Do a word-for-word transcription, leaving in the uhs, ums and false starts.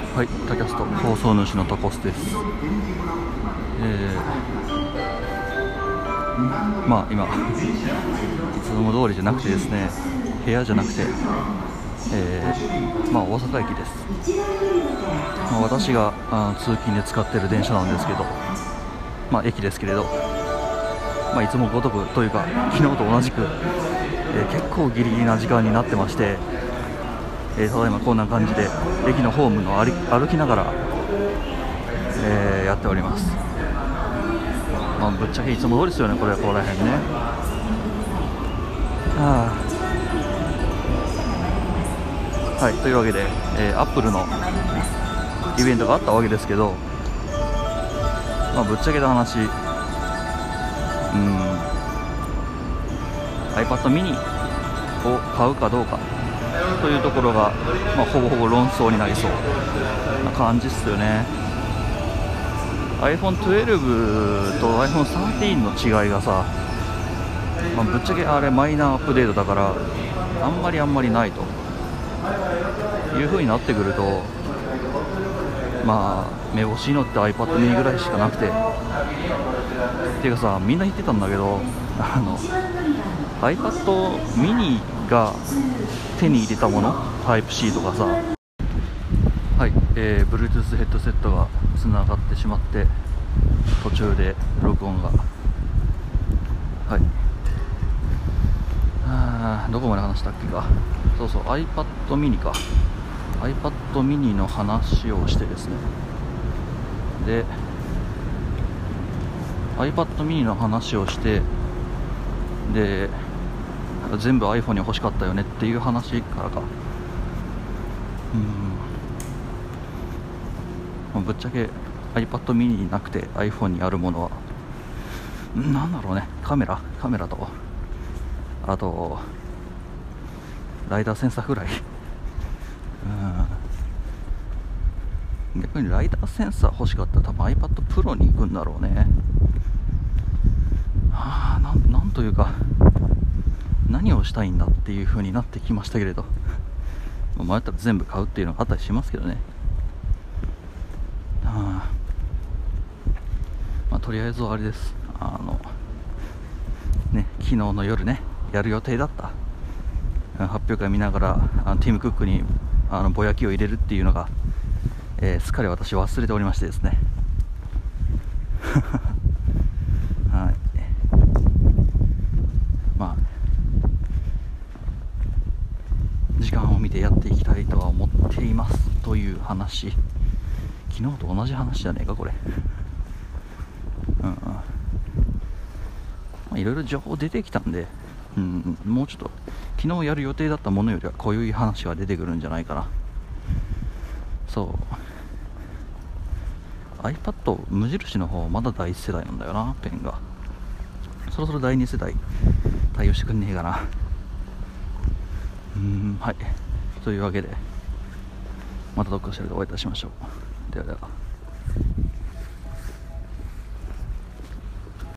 はい、タキャスト放送主のタコスです。えー、まあ今いつも通りじゃなくてですね、部屋じゃなくて、えー、まあ大阪駅です。まあ、私があ通勤で使っている電車なんですけど、まあ駅ですけれど、まあ、いつもごとくというか昨日と同じく、えー、結構ギリギリな時間になってまして、えー、ただいまこんな感じで駅のホームの歩歩きながら、えー、やっております。まあ、ぶっちゃけいつも通りですよね、これここら辺ね。はあ、はい、というわけで、えー、アップルのイベントがあったわけですけど、まあ、ぶっちゃけた話、うん、iPad mini を買うかどうかというところが、まあ、ほぼほぼ論争になりそうな感じっすよね。 アイフォンじゅうに と アイフォンじゅうさん の違いがさ、まあ、ぶっちゃけあれマイナーアップデートだからあんまりあんまりないという風になってくると、まあ目欲しいのって iPad mini ぐらいしかなくて、っていうかさ、みんな言ってたんだけど、あの iPad mini が手に入れたもの、タイプ C とかさ、はい、えー、Bluetooth ヘッドセットがつながってしまって途中で録音が、はい、あーどこまで話したっけか。そうそう、 iPad mini か iPad mini の話をしてですね、で iPad mini の話をして、で全部 iPhone に欲しかったよねっていう話からか。うん、ぶっちゃけ iPad mini になくて iPhone にあるものはなんだろうね、カメラカメラと、あとライダーセンサーぐらい。うん、逆にライダーセンサー欲しかったら多分 iPad Pro に行くんだろうね。はあ、な ん, なんというか何をしたいんだっていう風になってきましたけれど、迷ったら全部買うっていうのがあったりしますけどね。はあ、まあ、とりあえずはあれです、あのね、昨日の夜ねやる予定だった発表会見ながらあのティム・クックにあのぼやきを入れるっていうのが、えー、すっかり私忘れておりましてですねはい、まあ時間を見てやっていきたいとは思っていますという話。昨日と同じ話じゃねえかこれ。うん、まあいろいろ情報出てきたんで、うん、もうちょっと昨日やる予定だったものよりはこういう話が出てくるんじゃないかな。そう iPad 無印の方まだだいいち世代なんだよな、ペンが。そろそろだいに世代対応してくんねえかな。うーん、はい、というわけでまたどっかしらでお会いいたしましょう。ではでは。